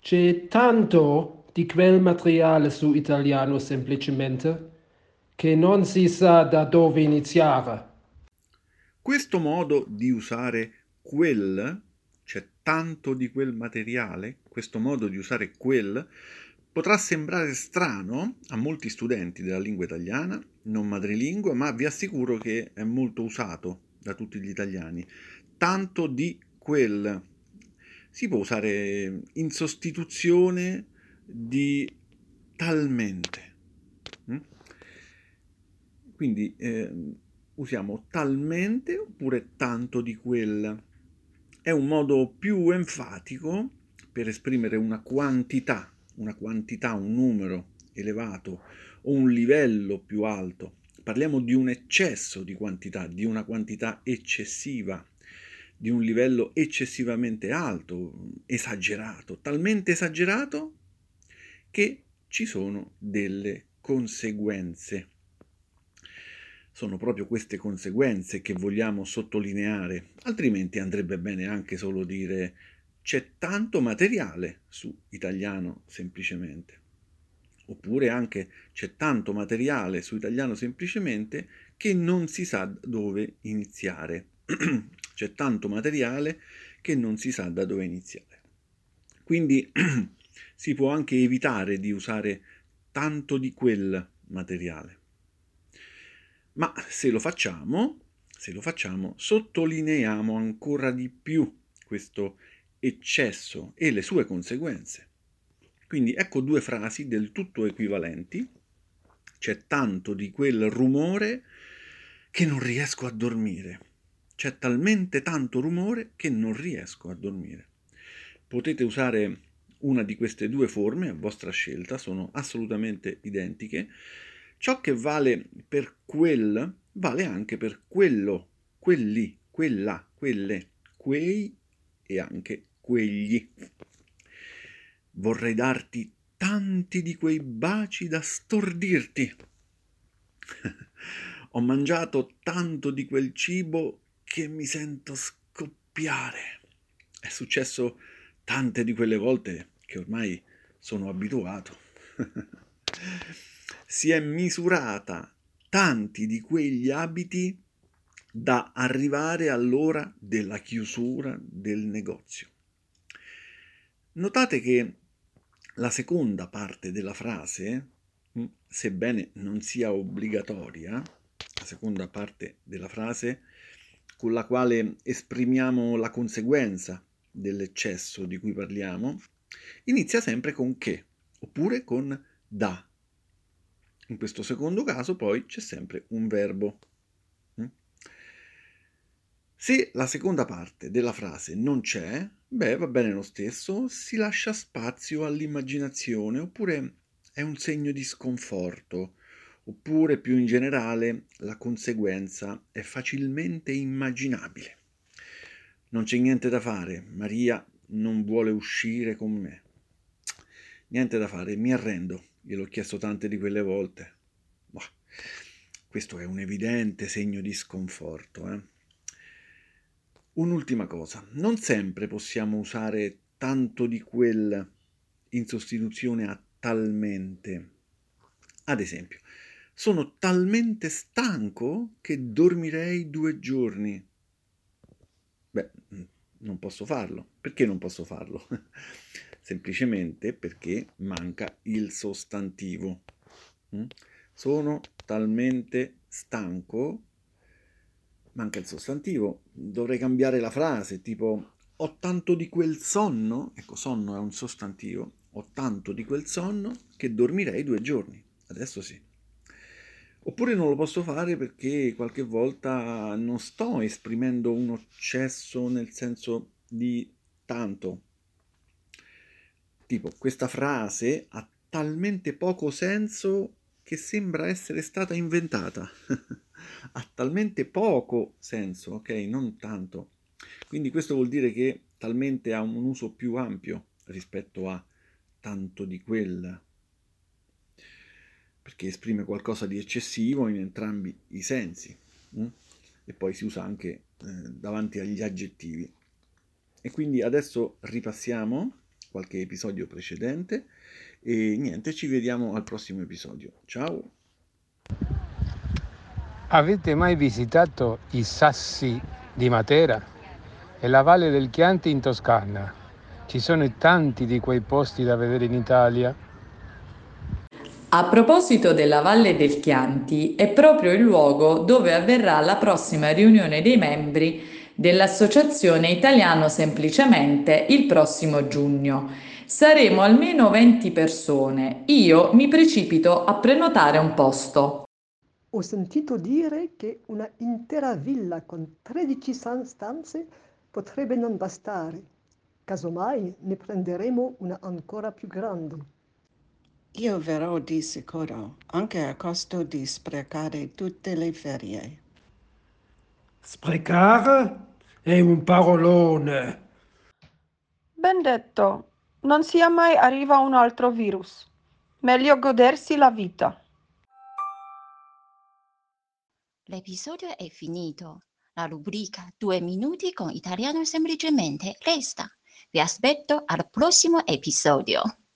C'è tanto di quel materiale su italiano semplicemente che non si sa da dove iniziare. Questo modo di usare quel, c'è tanto di quel materiale, questo modo di usare quel, potrà sembrare strano a molti studenti della lingua italiana, non madrelingua, ma vi assicuro che è molto usato da tutti gli italiani. Tanto di quel si può usare in sostituzione di talmente. Mm? Quindi usiamo talmente oppure tanto di quel. È un modo più enfatico per esprimere una quantità, un numero elevato o un livello più alto. Parliamo di un eccesso di quantità, di una quantità eccessiva, di un livello eccessivamente alto, esagerato, talmente esagerato che ci sono delle conseguenze. Sono proprio queste conseguenze che vogliamo sottolineare, altrimenti andrebbe bene anche solo dire c'è tanto materiale su italiano semplicemente. Oppure anche c'è tanto materiale su italiano semplicemente che non si sa dove iniziare. C'è tanto materiale che non si sa da dove iniziare. Quindi si può anche evitare di usare tanto di quel materiale. Ma se lo facciamo, sottolineiamo ancora di più questo eccesso e le sue conseguenze. Quindi ecco due frasi del tutto equivalenti. C'è tanto di quel rumore che non riesco a dormire. C'è talmente tanto rumore che non riesco a dormire. Potete usare una di queste due forme a vostra scelta, sono assolutamente identiche. Ciò che vale per quel vale anche per quello, quelli, quella, quelle, quei e anche quegli. Vorrei darti tanti di quei baci da stordirti. Ho mangiato tanto di quel cibo che mi sento scoppiare. È successo tante di quelle volte che ormai sono abituato. Si è misurata tanti di quegli abiti da arrivare all'ora della chiusura del negozio. Notate che la seconda parte della frase, sebbene non sia obbligatoria, la seconda parte della frase con la quale esprimiamo la conseguenza dell'eccesso di cui parliamo, inizia sempre con che, oppure con da. In questo secondo caso poi c'è sempre un verbo. Mm? Se la seconda parte della frase non c'è, beh, va bene lo stesso, si lascia spazio all'immaginazione, oppure è un segno di sconforto, oppure più in generale la conseguenza è facilmente immaginabile. Non c'è niente da fare, Maria non vuole uscire con me. Niente da fare, mi arrendo, gliel'ho chiesto tante di quelle volte. Bah, questo è un evidente segno di sconforto, eh. Un'ultima cosa, non sempre possiamo usare tanto di quel in sostituzione a talmente. Ad esempio, sono talmente stanco che dormirei 2 giorni. Beh, non posso farlo. Perché non posso farlo? Semplicemente perché manca il sostantivo. Mm? Sono talmente stanco, manca il sostantivo, dovrei cambiare la frase, tipo ho tanto di quel sonno, ecco sonno è un sostantivo, ho tanto di quel sonno che dormirei 2 giorni, adesso sì. Oppure non lo posso fare perché qualche volta non sto esprimendo un eccesso nel senso di tanto. Tipo, questa frase ha talmente poco senso che sembra essere stata inventata. Ha talmente poco senso, ok? Non tanto. Quindi questo vuol dire che talmente ha un uso più ampio rispetto a tanto di quel, perché esprime qualcosa di eccessivo in entrambi i sensi. Mm? E poi si usa anche davanti agli aggettivi. E quindi adesso ripassiamo qualche episodio precedente. E niente, ci vediamo al prossimo episodio. Ciao! Avete mai visitato i Sassi di Matera e la Valle del Chianti in Toscana? Ci sono tanti di quei posti da vedere in Italia. A proposito della Valle del Chianti, è proprio il luogo dove avverrà la prossima riunione dei membri dell'Associazione Italiano Semplicemente il prossimo giugno. Saremo almeno 20 persone. Io mi precipito a prenotare un posto. Ho sentito dire che una intera villa con 13 stanze potrebbe non bastare. Casomai ne prenderemo una ancora più grande. Io verrò di sicuro, anche a costo di sprecare tutte le ferie. Sprecare è un parolone. Ben detto, non sia mai arriva un altro virus. Meglio godersi la vita. L'episodio è finito. La rubrica 2 minuti con Italiano semplicemente resta. Vi aspetto al prossimo episodio.